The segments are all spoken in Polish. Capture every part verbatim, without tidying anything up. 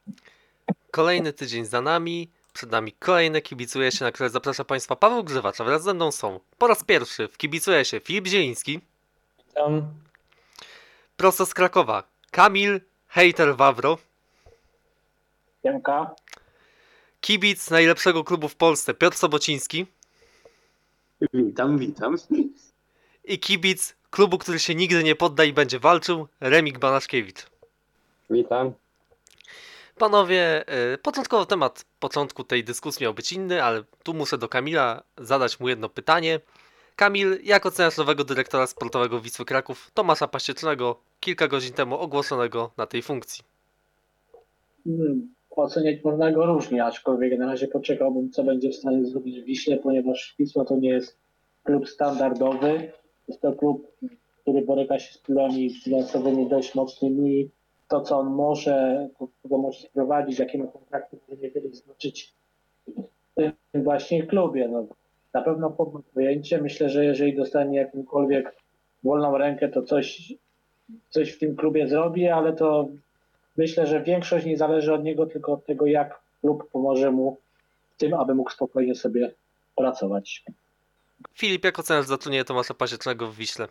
Kolejny tydzień za nami, przed nami kolejne Kibicuje się, na które zaprasza Państwa Paweł Grzywacz, a wraz ze mną są po raz pierwszy w Kibicuje się Filip Zieliński, Tam prosto z Krakowa Kamil Hejter Wawro, Siemka. kibic najlepszego klubu w Polsce Piotr Sobociński Witam, witam. i kibic klubu, który się nigdy nie podda i będzie walczył, Remik Banaszkiewicz. witam. Panowie, yy, początkowo temat początku tej dyskusji miał być inny, ale tu muszę do Kamila zadać mu jedno pytanie. Kamil, jak oceniasz nowego dyrektora sportowego Wisły Kraków, Tomasza Paściecznego, kilka godzin temu ogłoszonego na tej funkcji? Hmm, Oceniać można go różnie, aczkolwiek na razie poczekałbym, co będzie w stanie zrobić w Wiśle, ponieważ Wisła to nie jest klub standardowy. Jest to klub, który boryka się z problemami finansowymi dość mocnymi. To, co on może, to, co może sprowadzić, jakie ma kontrakty, może niewiele znaczyć w tym właśnie klubie. No, na pewno pod pojęcie. Myślę, że jeżeli dostanie jakąkolwiek wolną rękę, to coś, coś w tym klubie zrobi, ale to myślę, że większość nie zależy od niego, tylko od tego, jak klub pomoże mu w tym, aby mógł spokojnie sobie pracować. Filip, jak oceniasz zatrudnienie Tomasza Paściecznego w Wiśle?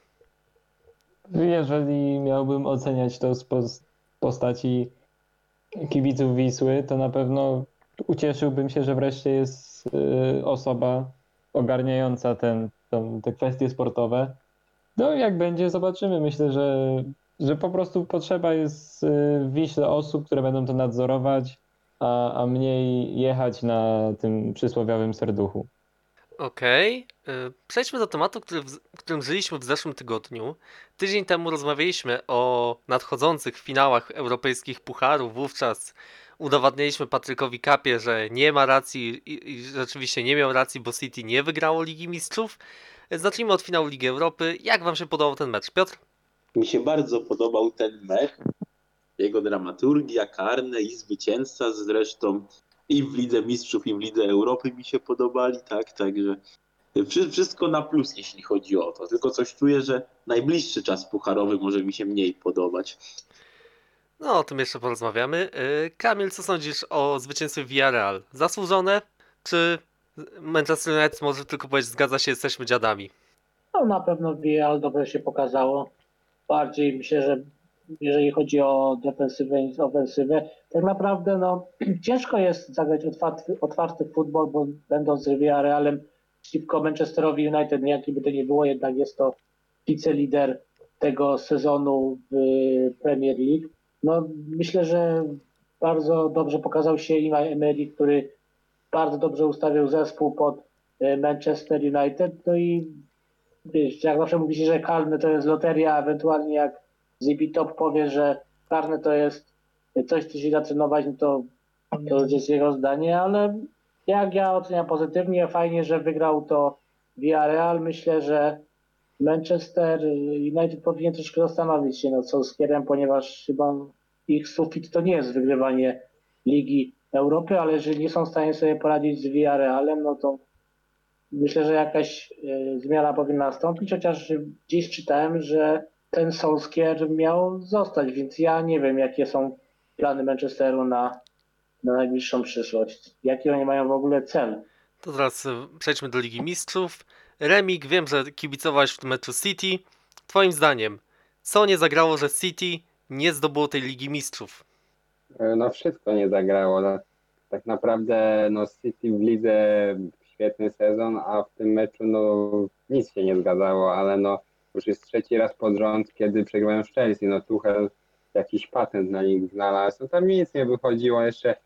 Jeżeli miałbym oceniać to z pos- postaci kibiców Wisły, to na pewno ucieszyłbym się, że wreszcie jest y, osoba ogarniająca ten, tą, te kwestie sportowe. No jak będzie, zobaczymy. Myślę, że, że po prostu potrzeba jest y, w Wiśle osób, które będą to nadzorować, a, a mniej jechać na tym przysłowiowym serduchu. Okej, okay. Przejdźmy do tematu, który w, którym żyliśmy w zeszłym tygodniu. Tydzień temu rozmawialiśmy o nadchodzących finałach europejskich pucharów. Wówczas udowadnialiśmy Patrykowi Kapie, że nie ma racji i, i rzeczywiście nie miał racji, bo City nie wygrało Ligi Mistrzów. Zacznijmy od finału Ligi Europy. Jak wam się podobał ten mecz, Piotr? Mi się bardzo podobał ten mecz. Jego dramaturgia, karne i zwycięzca zresztą i w Lidze Mistrzów, i w Lidze Europy mi się podobali, tak, także wszystko na plus, jeśli chodzi o to. Tylko coś czuję, że najbliższy czas pucharowy może mi się mniej podobać. No, o tym jeszcze porozmawiamy. Kamil, co sądzisz o zwycięstwie Villarreal? Zasłużone? Czy Manchester United może tylko powiedzieć, zgadza się, jesteśmy dziadami? No na pewno Villarreal dobrze się pokazało. Bardziej myślę, że jeżeli chodzi o defensywę niż ofensywę, tak naprawdę no, ciężko jest zagrać otwarty, otwarty futbol, bo będąc z Villarrealem przeciwko Manchesterowi United, nie jaki by to nie było, jednak jest to wicelider tego sezonu w Premier League. No, myślę, że bardzo dobrze pokazał się Unai Emery, który bardzo dobrze ustawił zespół pod e, Manchester United. No i wiesz, jak zawsze mówi się, że karne to jest loteria, a ewentualnie jak Zipi Top powie, że karne to jest coś, co się da trenować, no to, to już jest jego zdanie, ale jak ja oceniam pozytywnie, fajnie, że wygrał to Villarreal. Myślę, że Manchester United powinien troszkę zastanowić się nad Solskjaerem, ponieważ chyba ich sufit to nie jest wygrywanie Ligi Europy, ale jeżeli nie są w stanie sobie poradzić z Villarrealem, no to myślę, że jakaś e, zmiana powinna nastąpić, chociaż gdzieś czytałem, że ten Solskjaer miał zostać, więc ja nie wiem, jakie są plany Manchesteru na, na najbliższą przyszłość. Jaki oni mają w ogóle cel? To teraz przejdźmy do Ligi Mistrzów. Remik, wiem, że kibicowałeś w tym meczu City. Twoim zdaniem, co nie zagrało, że City nie zdobyło tej Ligi Mistrzów? No wszystko nie zagrało. No, tak naprawdę no City w lidze świetny sezon, a w tym meczu no nic się nie zgadzało, ale no już jest trzeci raz pod rząd, kiedy przegrywają z Chelsea. No Tuchel jakiś patent na nich znalazł. No tam nic nie wychodziło. Jeszcze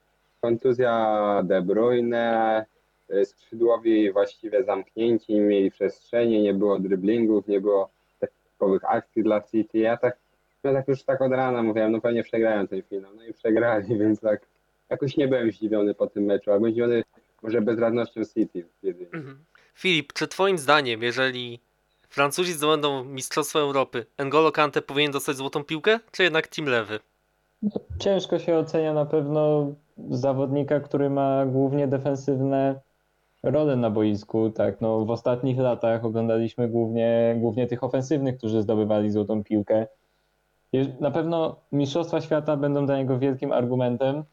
kontuzja De Bruyne, skrzydłowi właściwie zamknięci, nie mieli przestrzeni, nie było driblingów, nie było typowych akcji dla City. Ja tak no tak już tak od rana mówiłem, no pewnie przegrają ten finał. No i przegrali, więc tak jakoś nie byłem zdziwiony po tym meczu, albo zdziwiony może bezradnością City jedynie. Mhm. Filip, czy twoim zdaniem, jeżeli Francuzi zdobędą Mistrzostwo Europy, N'Golo Kante powinien dostać złotą piłkę, czy jednak Team Lewy? Ciężko się ocenia na pewno zawodnika, który ma głównie defensywne role na boisku. Tak, no w ostatnich latach oglądaliśmy głównie, głównie tych ofensywnych, którzy zdobywali złotą piłkę. Na pewno Mistrzostwa Świata będą dla niego wielkim argumentem,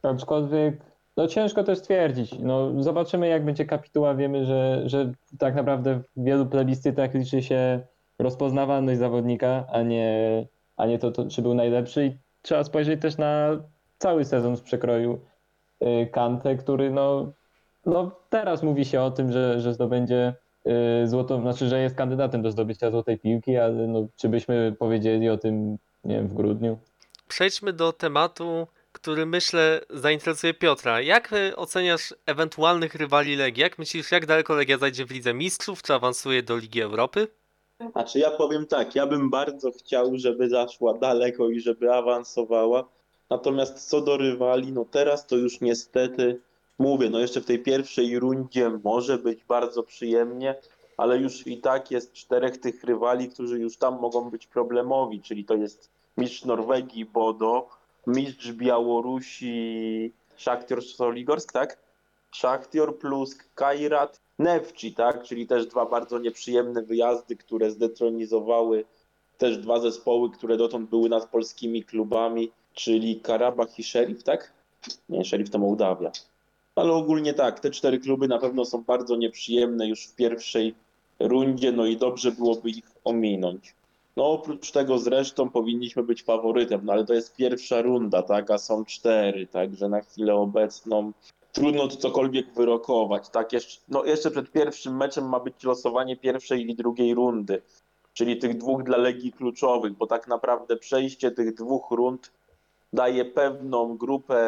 Aczkolwiek, no ciężko też stwierdzić. No, zobaczymy, jak będzie kapituła. Wiemy, że, że tak naprawdę w wielu plebiscytach liczy się rozpoznawalność zawodnika, a nie, a nie to, to, czy był najlepszy. I trzeba spojrzeć też na cały sezon w przekroju y, Kante, który no, no teraz mówi się o tym, że, że zdobędzie y, złotą, znaczy, że jest kandydatem do zdobycia złotej piłki, ale no, czy byśmy powiedzieli o tym, nie wiem, w grudniu? Przejdźmy do tematu, który myślę zainteresuje Piotra. Jak y, oceniasz ewentualnych rywali Legii? Jak myślisz, jak daleko Legia zajdzie w Lidze Mistrzów, czy awansuje do Ligi Europy? Znaczy ja powiem tak, ja bym bardzo chciał, żeby zaszła daleko i żeby awansowała. Natomiast co do rywali, no teraz to już niestety mówię, no jeszcze w tej pierwszej rundzie może być bardzo przyjemnie, ale już i tak jest czterech tych rywali, którzy już tam mogą być problemowi, czyli to jest mistrz Norwegii Bodo, mistrz Białorusi Szachtior Soligorsk, tak? Szachtior plus Kairat Nefci, tak? Czyli też dwa bardzo nieprzyjemne wyjazdy, które zdetronizowały też dwa zespoły, które dotąd były nad polskimi klubami, czyli Karabach i Sheriff, tak? Nie, Sheriff to Mołdawia. Ale ogólnie tak, te cztery kluby na pewno są bardzo nieprzyjemne już w pierwszej rundzie, no i dobrze byłoby ich ominąć. No oprócz tego zresztą powinniśmy być faworytem, no ale to jest pierwsza runda, tak, a są cztery, także na chwilę obecną trudno tu cokolwiek wyrokować, tak, jeszcze, no jeszcze przed pierwszym meczem ma być losowanie pierwszej i drugiej rundy, czyli tych dwóch dla Legii kluczowych, bo tak naprawdę przejście tych dwóch rund daje pewną grupę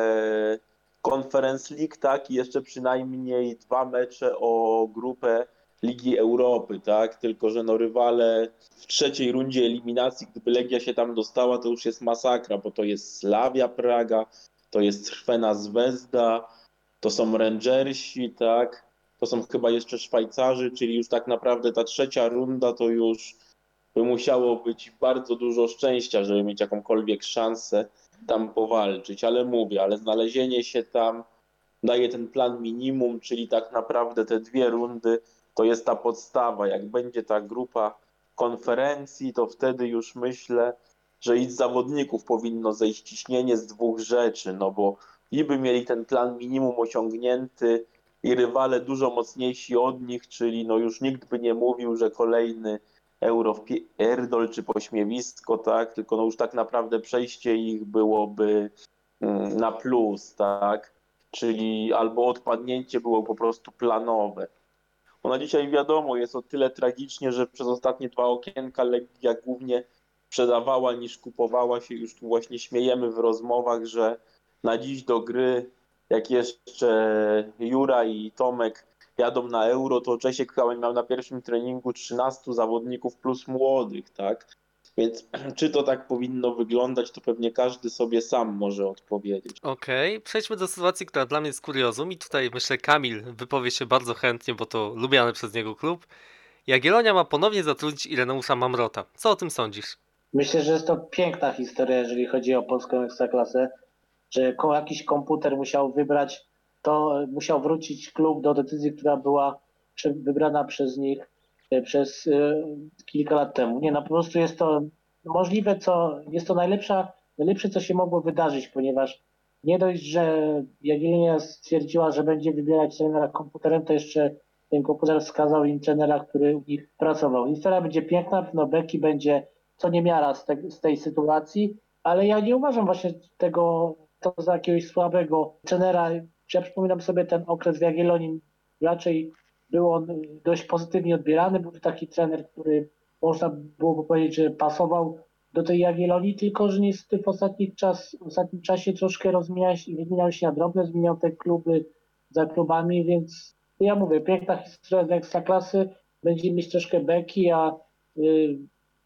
Conference League, tak, i jeszcze przynajmniej dwa mecze o grupę Ligi Europy, tak, tylko że no rywale w trzeciej rundzie eliminacji, gdyby Legia się tam dostała, to już jest masakra, bo to jest Slavia Praga, to jest Crvena Zvezda, to są Rangersi, tak, to są chyba jeszcze Szwajcarzy, czyli już tak naprawdę ta trzecia runda to już by musiało być bardzo dużo szczęścia, żeby mieć jakąkolwiek szansę tam powalczyć, ale mówię, ale znalezienie się tam daje ten plan minimum, czyli tak naprawdę te dwie rundy to jest ta podstawa. Jak będzie ta grupa konferencji, to wtedy już myślę, że i z zawodników powinno zejść ciśnienie z dwóch rzeczy, no bo i by mieli ten plan minimum osiągnięty i rywale dużo mocniejsi od nich, czyli no już nikt by nie mówił, że kolejny euro w pierdol czy pośmiewisko, tak, tylko no już tak naprawdę przejście ich byłoby mm, na plus, tak, czyli albo odpadnięcie było po prostu planowe. Bo na dzisiaj wiadomo, jest o tyle tragicznie, że przez ostatnie dwa okienka Legia głównie sprzedawała niż kupowała się. Już tu właśnie śmiejemy w rozmowach, że na dziś do gry, jak jeszcze Jura i Tomek jadą na Euro, to Czesiek chyba miał na pierwszym treningu trzynastu zawodników plus młodych, tak? Więc czy to tak powinno wyglądać, to pewnie każdy sobie sam może odpowiedzieć. Okej, przejdźmy do sytuacji, która dla mnie jest kuriozum i tutaj myślę Kamil wypowie się bardzo chętnie, bo to lubiany przez niego klub. Jagiellonia ma ponownie zatrudnić Ireneusza Mamrota. Co o tym sądzisz? Myślę, że jest to piękna historia, jeżeli chodzi o polską ekstraklasę, że ko- jakiś komputer musiał wybrać, to musiał wrócić klub do decyzji, która była prze- wybrana przez nich e, przez e, kilka lat temu. Nie, no po prostu jest to możliwe, co jest to najlepsza, najlepsze, co się mogło wydarzyć, ponieważ nie dość, że Jagiellonia stwierdziła, że będzie wybierać trenera komputerem, to jeszcze ten komputer wskazał im trenera, który u nich pracował. Historia będzie piękna, no Beki będzie co niemiara z, te, z tej sytuacji, ale ja nie uważam właśnie tego to za jakiegoś słabego trenera. Ja przypominam sobie ten okres w Jagiellonii, raczej był on dość pozytywnie odbierany. Był to taki trener, który można byłoby powiedzieć, że pasował do tej Jagiellonii, tylko że niestety w ostatnim, czas, w ostatnim czasie troszkę rozmieniał się, wymieniał się na drobne, zmieniał te kluby za klubami, więc ja mówię, piękna historia dla Ekstraklasy, będzie mieć troszkę beki, a y,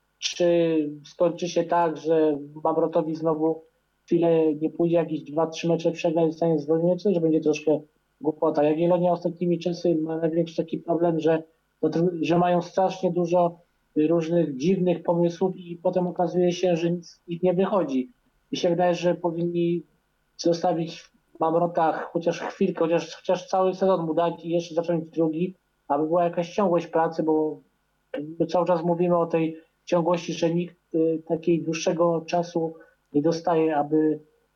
czy skończy się tak, że Mamrotowi znowu chwilę nie pójdzie, jakieś dwa, trzy mecze przegra i zostanie zwolniony, czy że będzie troszkę głupota. Jagiellonia ostatnimi czasy ma największy taki problem, że, że mają strasznie dużo różnych dziwnych pomysłów i potem okazuje się, że nic z nich nie wychodzi. Mi się wydaje, że powinni zostawić Mamrota chociaż chwilkę, chociaż, chociaż cały sezon mu dać i jeszcze zacząć drugi, aby była jakaś ciągłość pracy, bo my cały czas mówimy o tej ciągłości, że nikt y, takiej dłuższego czasu nie dostaje, aby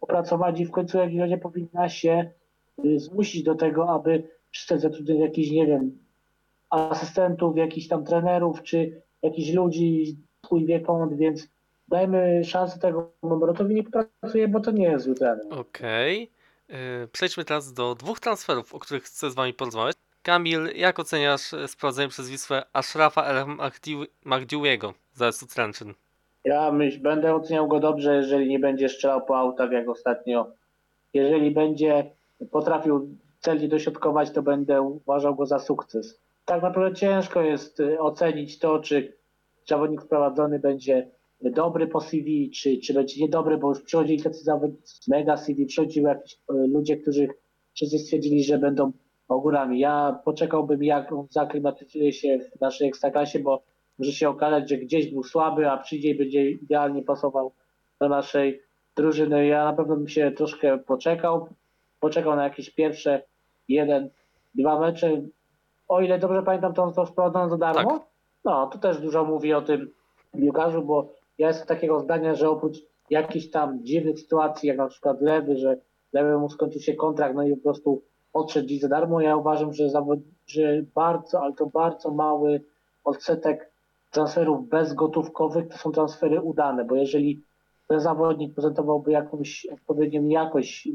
opracować i w końcu Jagiellonia powinna się y, zmusić do tego, aby przestać zatrudniać jakichś, nie wiem, asystentów, jakichś tam trenerów, czy jakichś ludzi z chuj wie kąt, więc dajmy szansę tego Momorotowi, nie popracuje, bo to nie jest zły trener. Okej. Yy, Przejdźmy teraz do dwóch transferów, o których chcę z wami porozmawiać. Kamil, jak oceniasz e, sprowadzenie przez Wisłę Ashrafa El Mahdi- Mahdiuego z A S U Tręczyn? Ja myśl, będę oceniał go dobrze, jeżeli nie będzie strzelał po autach jak ostatnio. Jeżeli będzie potrafił celnie dośrodkować, to będę uważał go za sukces. Tak naprawdę ciężko jest y, ocenić to, czy zawodnik wprowadzony będzie dobry po C V, czy, czy będzie niedobry, bo już przychodzili tacy zawodnicy z mega C V, przychodziły jakieś y, ludzie, którzy wszyscy stwierdzili, że będą ogórami. Ja poczekałbym, jak on zaklimatyzuje się w naszej ekstraklasie, bo może się okazać, że gdzieś był słaby, a przyjdzie i będzie idealnie pasował do naszej drużyny. Ja na pewno bym się troszkę poczekał, poczekał na jakieś pierwsze jeden, dwa mecze. O ile dobrze pamiętam, to on to wprowadzono za darmo. Tak. No, to też dużo mówi o tym piłkarzu, bo ja jestem takiego zdania, że oprócz jakichś tam dziwnych sytuacji, jak na przykład Lewy, że Lewy mu skończył się kontrakt, no i po prostu odszedł dziś za darmo, ja uważam, że, zawod... że bardzo, ale to bardzo mały odsetek transferów bezgotówkowych to są transfery udane, bo jeżeli ten zawodnik prezentowałby jakąś odpowiednią jakość,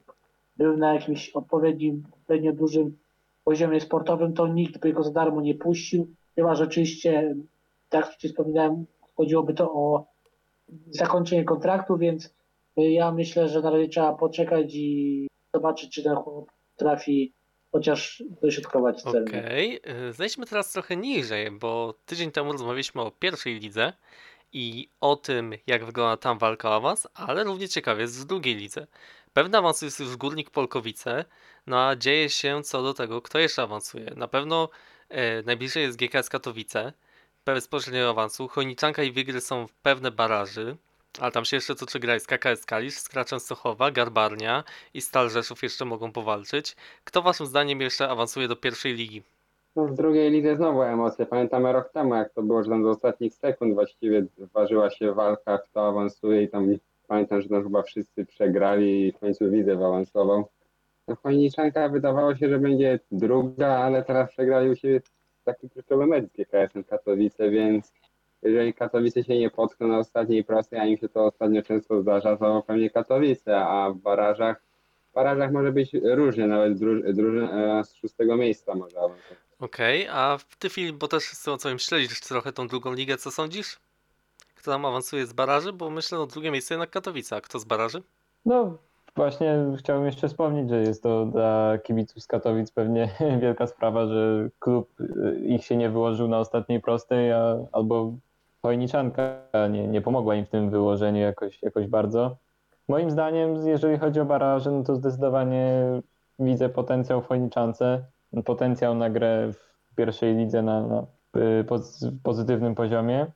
był na jakimś odpowiednim, odpowiednio dużym poziomie sportowym, to nikt by go za darmo nie puścił. Chyba rzeczywiście, tak jak Ci wspominałem, chodziłoby to o zakończenie kontraktu, więc ja myślę, że na razie trzeba poczekać i zobaczyć, czy ten chłop trafi chociaż dośrodkować celnie. Okej, okay. Zejdźmy teraz trochę niżej, bo tydzień temu rozmawialiśmy o pierwszej lidze i o tym, jak wygląda tam walka o awans, ale równie ciekawie jest w drugiej lidze. Pewny awans jest już Górnik Polkowice, no a dzieje się co do tego, kto jeszcze awansuje. Na pewno e, najbliżej jest G K S Katowice, bezpośrednio awansu. Chojniczanka i Wigry są w pewne baraży, ale tam się jeszcze toczy gra jest K K S Kalisz, Skra Częstochowa, Garbarnia i Stal Rzeszów jeszcze mogą powalczyć. Kto waszym zdaniem jeszcze awansuje do pierwszej ligi? No, w drugiej lidze znowu emocje. Pamiętamy rok temu, jak to było, że tam do ostatnich sekund właściwie ważyła się walka, kto awansuje i tam pamiętam, że tam chyba wszyscy przegrali i w końcu Widzew awansował. No, Chojniczanka wydawało się, że będzie druga, ale teraz przegrali u siebie taki kluczowy mecz z G K S-em Katowice, więc jeżeli Katowice się nie potkną na ostatniej prostej, a im się to ostatnio często zdarza, to pewnie Katowice, a w barażach, w barażach może być różnie, nawet drużyna z szóstego miejsca może awansować. Okej, okay, a ty Filip, bo też z tego co wiem, śledzisz trochę tą drugą ligę, co sądzisz? Kto tam awansuje z baraży? Bo myślę, no drugie miejsce jednak Katowice, a kto z baraży? No właśnie chciałbym jeszcze wspomnieć, że jest to dla kibiców z Katowic pewnie wielka sprawa, że klub ich się nie wyłożył na ostatniej prostej, a, albo Chojniczanka nie, nie pomogła im w tym wyłożeniu jakoś, jakoś bardzo. Moim zdaniem, jeżeli chodzi o baraże, no to zdecydowanie widzę potencjał w Chojniczance, potencjał na grę w pierwszej lidze na, na pozytywnym poziomie.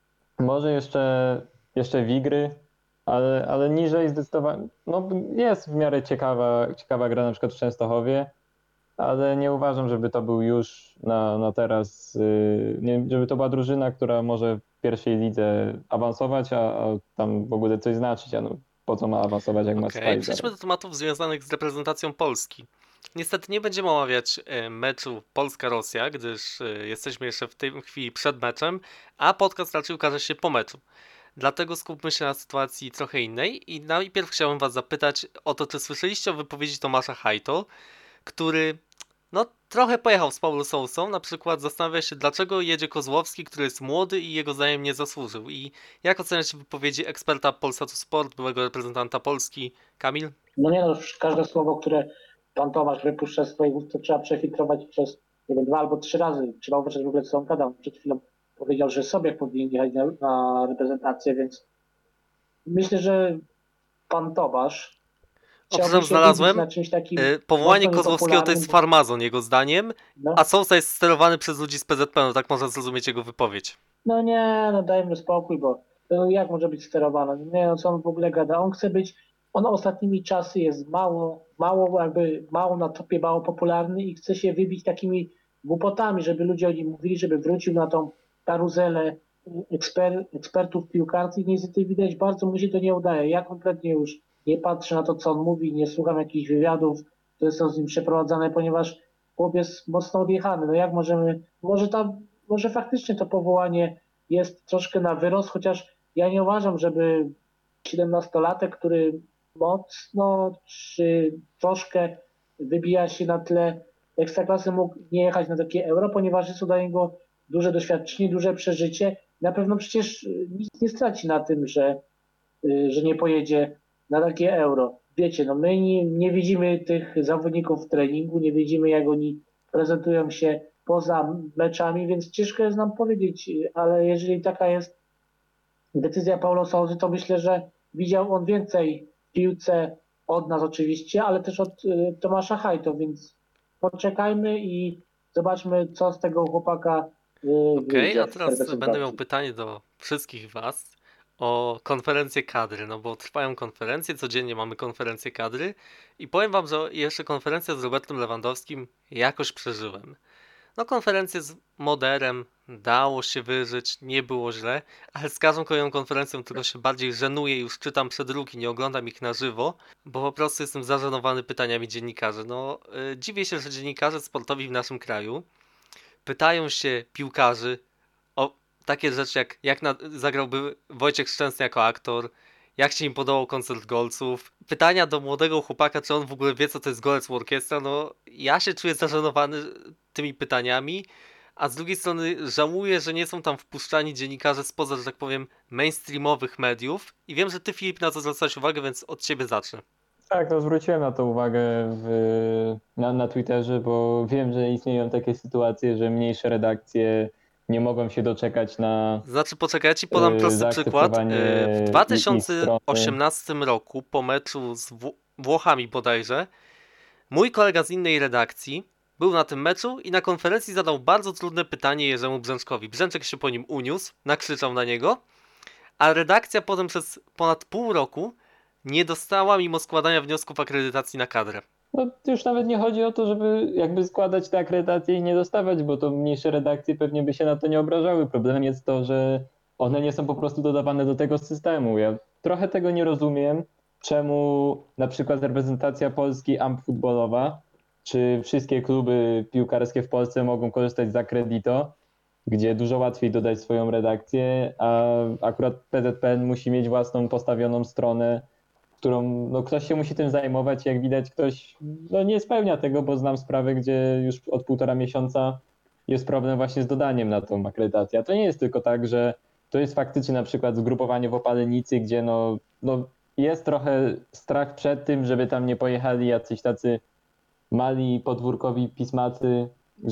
Może jeszcze, jeszcze Wigry, ale, ale niżej zdecydowanie, no jest w miarę ciekawa, ciekawa gra na przykład w Częstochowie, ale nie uważam, żeby to był już na, na teraz, nie, żeby to była drużyna, która może w pierwszej lidze awansować, a, a tam w ogóle coś znaczyć, a no, po co ma awansować, jak okay, ma spać. Przejdźmy do tematów związanych z reprezentacją Polski. Niestety nie będziemy omawiać meczu Polska-Rosja, gdyż jesteśmy jeszcze w tej chwili przed meczem, a podcast raczej ukaże się po meczu. Dlatego skupmy się na sytuacji trochę innej i najpierw chciałbym was zapytać o to, czy słyszeliście o wypowiedzi Tomasza Hajto, który no trochę pojechał z Paulo Sousą, na przykład zastanawia się, dlaczego jedzie Kozłowski, który jest młody i jego zdaniem nie zasłużył. I jak oceniacie wypowiedzi eksperta Polsatu Sport, byłego reprezentanta Polski, Kamil? No nie no, każde słowo, które pan Tomasz wypuszcza z swoich ust, to trzeba przefiltrować przez, nie wiem, dwa albo trzy razy. Trzeba uważać w ogóle, co on gadał. Przed chwilą powiedział, że sobie powinien jechać na, na reprezentację, więc myślę, że pan Tomasz Owszem, znalazłem. Na czymś takim Powołanie Kozłowskiego to jest farmazon, jego zdaniem, no. A Sousa jest sterowany przez ludzi z P Z P, no tak można zrozumieć jego wypowiedź. No nie, no dajmy spokój, bo no jak może być sterowany? Nie, no co on w ogóle gada? On chce być, on ostatnimi czasy jest mało, mało jakby, mało na topie, mało popularny i chce się wybić takimi głupotami, żeby ludzie o nim mówili, żeby wrócił na tą karuzelę eksper, ekspertów piłkarskich. Niestety widać, bardzo mu się to nie udaje. Ja kompletnie już nie patrzę na to, co on mówi, nie słucham jakichś wywiadów, które są z nim przeprowadzane, ponieważ chłop jest mocno odjechany. No jak możemy, może tam, może faktycznie to powołanie jest troszkę na wyrost, chociaż ja nie uważam, żeby siedemnastolatek, który mocno czy troszkę wybija się na tle ekstraklasy, mógł nie jechać na takie euro, ponieważ jest to dla niego duże doświadczenie, duże przeżycie. Na pewno przecież nic nie straci na tym, że, że nie pojedzie na takie euro. Wiecie, no my nie, nie widzimy tych zawodników w treningu, nie widzimy, jak oni prezentują się poza meczami, więc ciężko jest nam powiedzieć, ale jeżeli taka jest decyzja Paulo Souzy, to myślę, że widział on więcej w piłce od nas oczywiście, ale też od y, Tomasza Hajto, więc poczekajmy i zobaczmy, co z tego chłopaka y, Okej, wyjdzie a w teraz reprezentacji. będę miał pytanie do wszystkich was o konferencję kadry, no bo trwają konferencje, codziennie mamy konferencję kadry i powiem wam, że jeszcze konferencję z Robertem Lewandowskim jakoś przeżyłem. No konferencję z Moderem dało się wyżyć, nie było źle, ale z każdą kolejną konferencją tylko się bardziej żenuję, już czytam przedruki, nie oglądam ich na żywo, bo po prostu jestem zażenowany pytaniami dziennikarzy. No yy, dziwię się, że dziennikarze sportowi w naszym kraju pytają się piłkarzy o takie rzeczy jak jak na, zagrałby Wojciech Szczęsny jako aktor, jak się im podobał koncert golców. Pytania do młodego chłopaka, czy on w ogóle wie, co to jest golec orkiestra, no ja się czuję zażenowany tymi pytaniami, a z drugiej strony żałuję, że nie są tam wpuszczani dziennikarze spoza, że tak powiem, mainstreamowych mediów i wiem, że ty, Filip, na to zwracałeś uwagę, więc od ciebie zacznę. Tak, to zwróciłem na to uwagę w, na, na Twitterze, bo wiem, że istnieją takie sytuacje, że mniejsze redakcje nie mogą się doczekać na Znaczy, poczekaj, ja ci podam y, prosty przykład. zaakceptowanie Y, W ich, dwa ich tysiące strony. osiemnastym roku, po meczu z Wł- Włochami bodajże, mój kolega z innej redakcji był na tym meczu i na konferencji zadał bardzo trudne pytanie Jerzemu Brzęczkowi. Brzęczek się po nim uniósł, nakrzyczał na niego, a redakcja potem przez ponad pół roku nie dostała mimo składania wniosków akredytacji na kadrę. No już nawet nie chodzi o to, żeby jakby składać te akredytacje i nie dostawać, bo to mniejsze redakcje pewnie by się na to nie obrażały. Problemem jest to, że one nie są po prostu dodawane do tego systemu. Ja trochę tego nie rozumiem, czemu na przykład reprezentacja Polski A M P futbolowa, czy wszystkie kluby piłkarskie w Polsce mogą korzystać z Accredito, gdzie dużo łatwiej dodać swoją redakcję, a akurat P Z P N musi mieć własną postawioną stronę, którą no, ktoś się musi tym zajmować. Jak widać, ktoś no, nie spełnia tego, bo znam sprawę, gdzie już od półtora miesiąca jest problem właśnie z dodaniem na tą akredytację. A to nie jest tylko tak, że to jest faktycznie na przykład zgrupowanie w Opalenicy, gdzie no, no jest trochę strach przed tym, żeby tam nie pojechali jacyś tacy mali podwórkowi pismacy,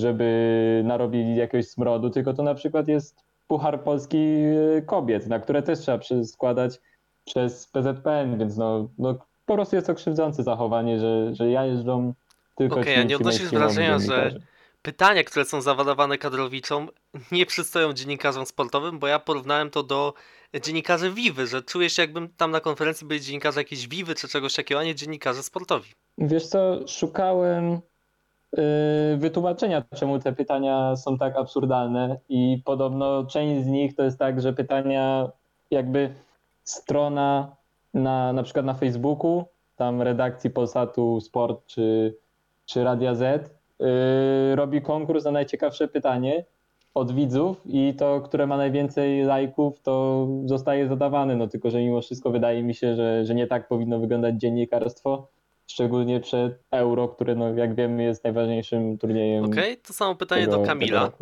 żeby narobili jakiegoś smrodu, tylko to na przykład jest Puchar Polski Kobiet, na które też trzeba składać przez P Z P N, więc no, no po prostu jest to krzywdzące zachowanie, że, że ja jeżdżą tylko Okej, ci, a nie ci odnosisz mainstreamowi wrażenia, że dziennikarze. pytania, które są zadawane kadrowiczom, nie przystoją dziennikarzom sportowym, bo ja porównałem to do dziennikarzy Vivy, że czuję się, jakbym tam na konferencji byli dziennikarze jakieś Vivy czy czegoś takiego, a nie dziennikarze sportowi. Wiesz co, szukałem yy, wytłumaczenia, czemu te pytania są tak absurdalne i podobno część z nich to jest tak, że pytania jakby strona na, na przykład na Facebooku, tam redakcji Polsatu Sport czy, czy Radia Z yy, robi konkurs na najciekawsze pytanie od widzów i to, które ma najwięcej lajków, to zostaje zadawane, no tylko, że mimo wszystko wydaje mi się, że, że nie tak powinno wyglądać dziennikarstwo, szczególnie przed Euro, które no, jak wiemy jest najważniejszym turniejem Okej, to samo pytanie tego, do tego Kamila. roku.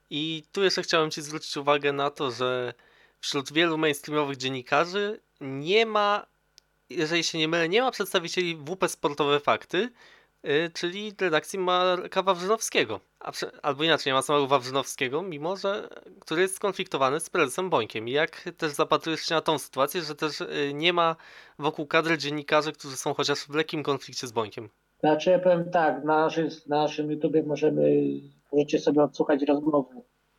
I tu jeszcze chciałem ci zwrócić uwagę na to, że wśród wielu mainstreamowych dziennikarzy nie ma, jeżeli się nie mylę, nie ma przedstawicieli W P Sportowe Fakty, yy, czyli redakcji Marka Wawrzynowskiego. A prze, albo inaczej, nie ma samego Wawrzynowskiego, mimo że który jest skonfliktowany z prezesem Bońkiem. I jak też zapatrujesz się na tą sytuację, że też yy, nie ma wokół kadry dziennikarzy, którzy są chociaż w lekkim konflikcie z Bońkiem? Znaczy ja powiem tak, na, naszym- na naszym YouTubie możemy, możecie sobie odsłuchać rozmowę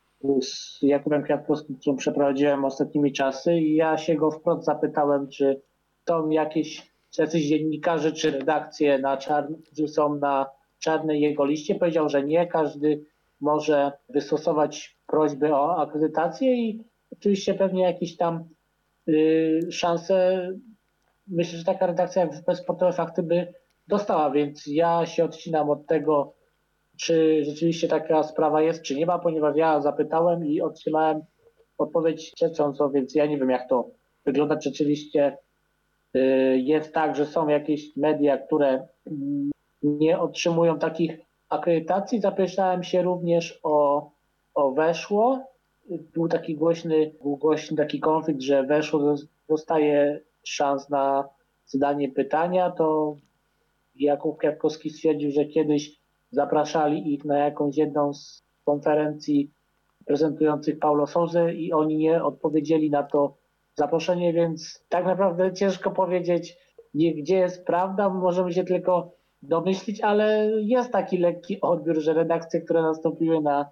z Jakubem Kwiatkowskim, którą przeprowadziłem ostatnimi czasy i ja się go wprost zapytałem, czy są jakieś jacyś dziennikarze czy redakcje, na czarn- którzy są na czarnej jego liście. Powiedział, że nie, każdy może wystosować prośby o akredytację i oczywiście pewnie jakieś tam y, szanse myślę, że taka redakcja jak W P Sportowe Fakty by dostała, więc ja się odcinam od tego, czy rzeczywiście taka sprawa jest, czy nie ma, ponieważ ja zapytałem i otrzymałem odpowiedź przeczącą, więc ja nie wiem, jak to wygląda. Czy rzeczywiście y, jest tak, że są jakieś media, które mm, nie otrzymują takich akredytacji. Zapytałem się również o, o Weszło. Był taki głośny, był głośny taki konflikt, że Weszło dostaje szans na zadanie pytania. To Jakub Kwiatkowski stwierdził, że kiedyś zapraszali ich na jakąś jedną z konferencji prezentujących Paulo Sousę i oni nie odpowiedzieli na to zaproszenie, więc tak naprawdę ciężko powiedzieć, nie, gdzie jest prawda, możemy się tylko domyślić, ale jest taki lekki odbiór, że redakcje, które nastąpiły na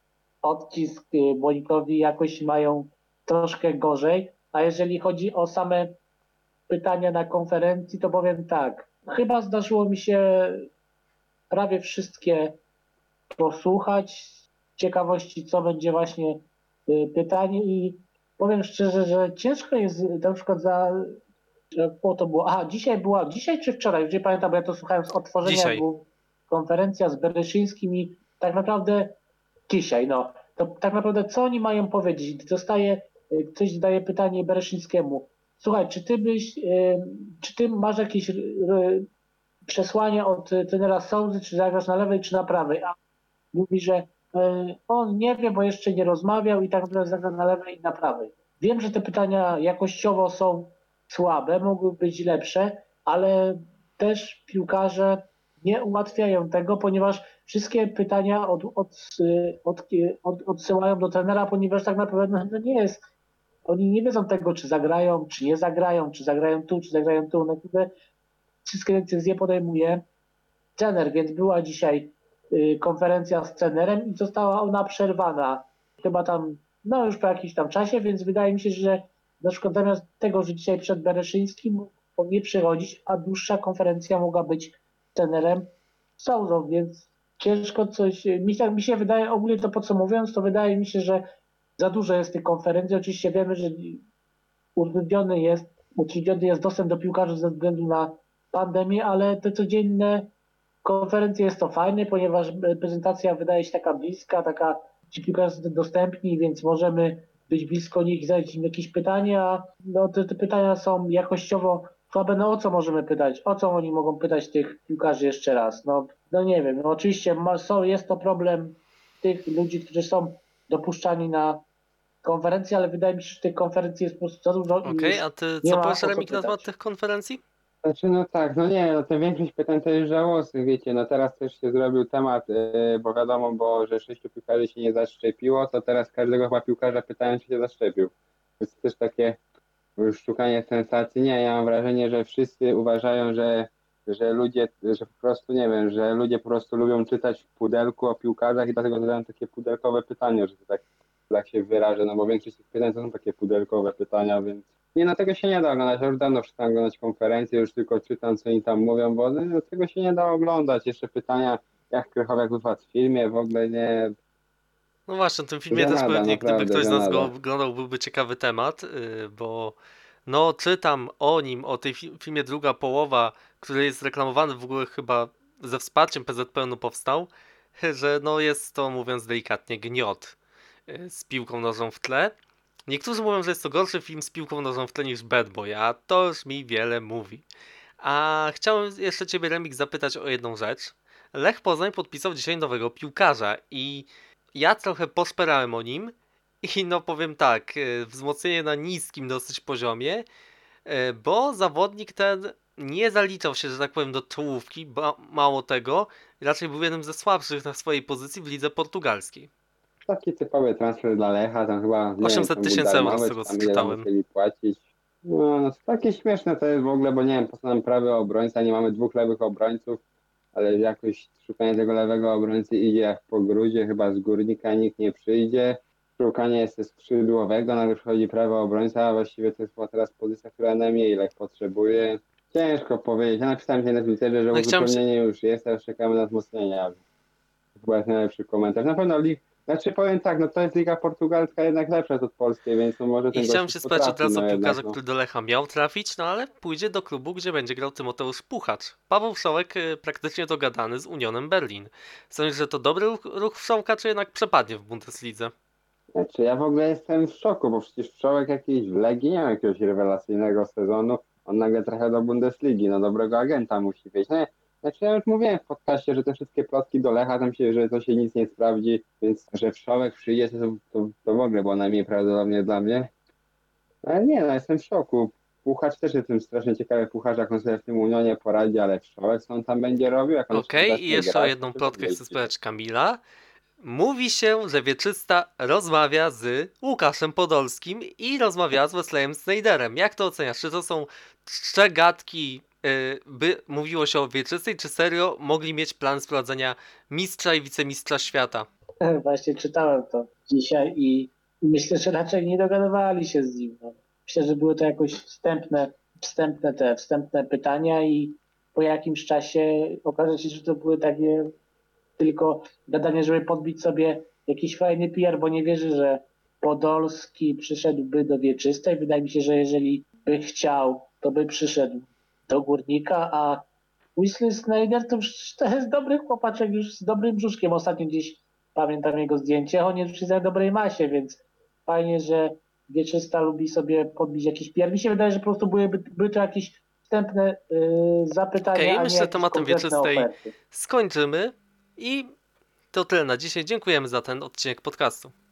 odcisk Monikowi jakoś mają troszkę gorzej, a jeżeli chodzi o same pytania na konferencji, to powiem tak, chyba zdarzyło mi się prawie wszystkie posłuchać z ciekawości, co będzie właśnie y, pytanie i powiem szczerze, że ciężko jest na przykład za o to było, aha, dzisiaj była, dzisiaj czy wczoraj, już nie pamiętam, bo ja to słuchałem z otworzenia, Dzisiaj. była konferencja z Bereszyńskim i tak naprawdę dzisiaj, no, to tak naprawdę co oni mają powiedzieć? Dostaje, y, ktoś zadaje pytanie Bereszyńskiemu, słuchaj, czy ty byś, y, czy ty masz jakieś y, przesłanie od trenera Sousy, czy zagrasz na lewej, czy na prawej? A mówi, że e, on nie wie, bo jeszcze nie rozmawiał i tak naprawdę zagra na lewej i na prawej. Wiem, że te pytania jakościowo są słabe, mogły być lepsze, ale też piłkarze nie ułatwiają tego, ponieważ wszystkie pytania od, od, od, od, odsyłają do trenera, ponieważ tak naprawdę no nie jest, oni nie wiedzą tego, czy zagrają, czy nie zagrają, czy zagrają tu, czy zagrają tu. Naprawdę wszystkie decyzje podejmuje trener, więc była dzisiaj y, konferencja z trenerem i została ona przerwana. Chyba tam, no już po jakimś tam czasie, więc wydaje mi się, że na przykład zamiast tego, że dzisiaj przed Bereszyńskim powinien przychodzić, a dłuższa konferencja mogła być z trenerem Souzą, więc ciężko coś, mi, tak, mi się wydaje, ogólnie to podsumowując, to wydaje mi się, że za dużo jest tych konferencji. Oczywiście wiemy, że utrudniony jest, utrudniony jest dostęp do piłkarzy ze względu na pandemię, ale te codzienne konferencje jest to fajne, ponieważ prezentacja wydaje się taka bliska, taka ci piłkarze są dostępni, więc możemy być blisko nich i zadać im jakieś pytania. No te, te pytania są jakościowo słabe. No o co możemy pytać? O co oni mogą pytać tych piłkarzy jeszcze raz? No, no nie wiem. No oczywiście ma, są, jest to problem tych ludzi, którzy są dopuszczani na konferencje, ale wydaje mi się, że tych konferencji jest po prostu za dużo i Okej, już a ty nie co ma powiesz, o co Remik, na temat pytać. tych konferencji? Znaczy, no tak, no nie, no to większość pytań to jest żałosnych, wiecie, no teraz też się zrobił temat, yy, bo wiadomo, bo że sześciu piłkarzy się nie zaszczepiło, to teraz każdego chyba piłkarza pytają, czy się zaszczepił. Jest też takie już szukanie sensacji. Nie, ja mam wrażenie, że wszyscy uważają, że, że ludzie, że po prostu, nie wiem, że ludzie po prostu lubią czytać w pudelku o piłkarzach i dlatego zadają takie pudelkowe pytania, że to tak, tak się wyrażę, no bo większość tych pytań to są takie pudelkowe pytania, więc nie, no tego się nie da oglądać. Ja już dawno przestałem oglądać konferencje, już tylko czytam, co oni tam mówią, bo no, tego się nie da oglądać. Jeszcze pytania, jak Krychowiak wypadł w filmie, w ogóle nie. No właśnie, w tym filmie też Żenada, pewnie, gdyby naprawdę, ktoś z nas go żenada. oglądał, byłby ciekawy temat, yy, bo no czytam o nim, o tej fi- filmie Druga Połowa, który jest reklamowany w ogóle chyba ze wsparciem P Z P N-u powstał, że no jest to, mówiąc delikatnie, gniot yy, z piłką nożną w tle. Niektórzy mówią, że jest to gorszy film z piłką nożną w tle niż Bad Boy, a to już mi wiele mówi. A chciałem jeszcze ciebie, Remik, zapytać o jedną rzecz. Lech Poznań podpisał dzisiaj nowego piłkarza i ja trochę poszperałem o nim i no powiem tak, e, wzmocnienie na niskim dosyć poziomie, e, bo zawodnik ten nie zaliczał się, że tak powiem, do czołówki, ba, mało tego, raczej był jednym ze słabszych na swojej pozycji w lidze portugalskiej. Taki typowy transfer dla Lecha, tam chyba, nie wiem, osiemset tam był tysięcy euro z darmowy, tego czy co tam ile tam czytałem. musieli płacić. No, no to takie śmieszne to jest w ogóle, bo nie wiem, po co nam prawy obrońca, nie mamy dwóch lewych obrońców, ale jakoś szukanie tego lewego obrońcy idzie jak po grudzie, chyba z Górnika nikt nie przyjdzie. Szukanie jest skrzydłowego, nagle przychodzi prawy obrońca, a właściwie to jest chyba teraz pozycja, która najmniej Lech potrzebuje. Ciężko powiedzieć, ja napisałem się na Twitterze, że No i chciałem się... uzupełnienie już jest, a już czekamy na wzmocnienia. Chyba jest najlepszy komentarz. Na pewno Lich Znaczy powiem tak, no to jest liga portugalska jednak lepsza od polskiej, więc no może ten I chciałem gość się spytać od potrafi, razu no o piłkarza, jednak, no. który do Lecha miał trafić, no ale pójdzie do klubu, gdzie będzie grał Tymoteusz Puchacz. Paweł Wszołek y, praktycznie dogadany z Unionem Berlin. Sądzisz, że to dobry ruch, ruch Wszołka, czy jednak przepadnie w Bundeslidze? Znaczy ja w ogóle jestem w szoku, bo przecież Wszołek jakiejś w Legii nie miał jakiegoś rewelacyjnego sezonu, on nagle trafia do Bundesligi, no dobrego agenta musi być. No, znaczy ja już mówiłem w podcaście, że te wszystkie plotki do Lecha, tam się, że to się nic nie sprawdzi, więc że Wszołek przyjdzie, to, to, to w ogóle było najmniej prawdopodobnie dla mnie. Ale nie, no jestem w szoku. Puchacz też jestem strasznie ciekawy Puchacz, jak on sobie w tym Unionie poradzi, ale Wszołek co on tam będzie robił, jak on jeszcze Okej, zacznie i jeszcze o grać, jedną to plotkę się chcę spytać Kamila. Mówi się, że Wieczysta rozmawia z Łukaszem Podolskim i rozmawia z Wesleyem Sneijderem. Jak to oceniasz? Czy to są czcze gadki, y, by mówiło się o Wieczystej, czy serio mogli mieć plan sprowadzenia mistrza i wicemistrza świata? Właśnie czytałem to dzisiaj i myślę, że raczej nie dogadywali się z nim. No. Myślę, że były to jakoś wstępne, wstępne te wstępne pytania i po jakimś czasie okaże się, że to były takie tylko gadanie, żeby podbić sobie jakiś fajny P R, bo nie wierzę, że Podolski przyszedłby do Wieczystej. Wydaje mi się, że jeżeli by chciał, to by przyszedł do Górnika, a Wesley Sneijder to, już- to jest dobry chłopaczek już z dobrym brzuszkiem. Ostatnio gdzieś pamiętam jego zdjęcie. On jest już w dobrej masie, więc fajnie, że Wieczysta lubi sobie podbić jakiś P R. Mi się wydaje, że po prostu byłyby, były to jakieś wstępne yy, zapytania, Okej, a nie myślę, że jakieś tematem konkretne Wieczystej oferty. skończymy i to tyle na dzisiaj. Dziękujemy za ten odcinek podcastu.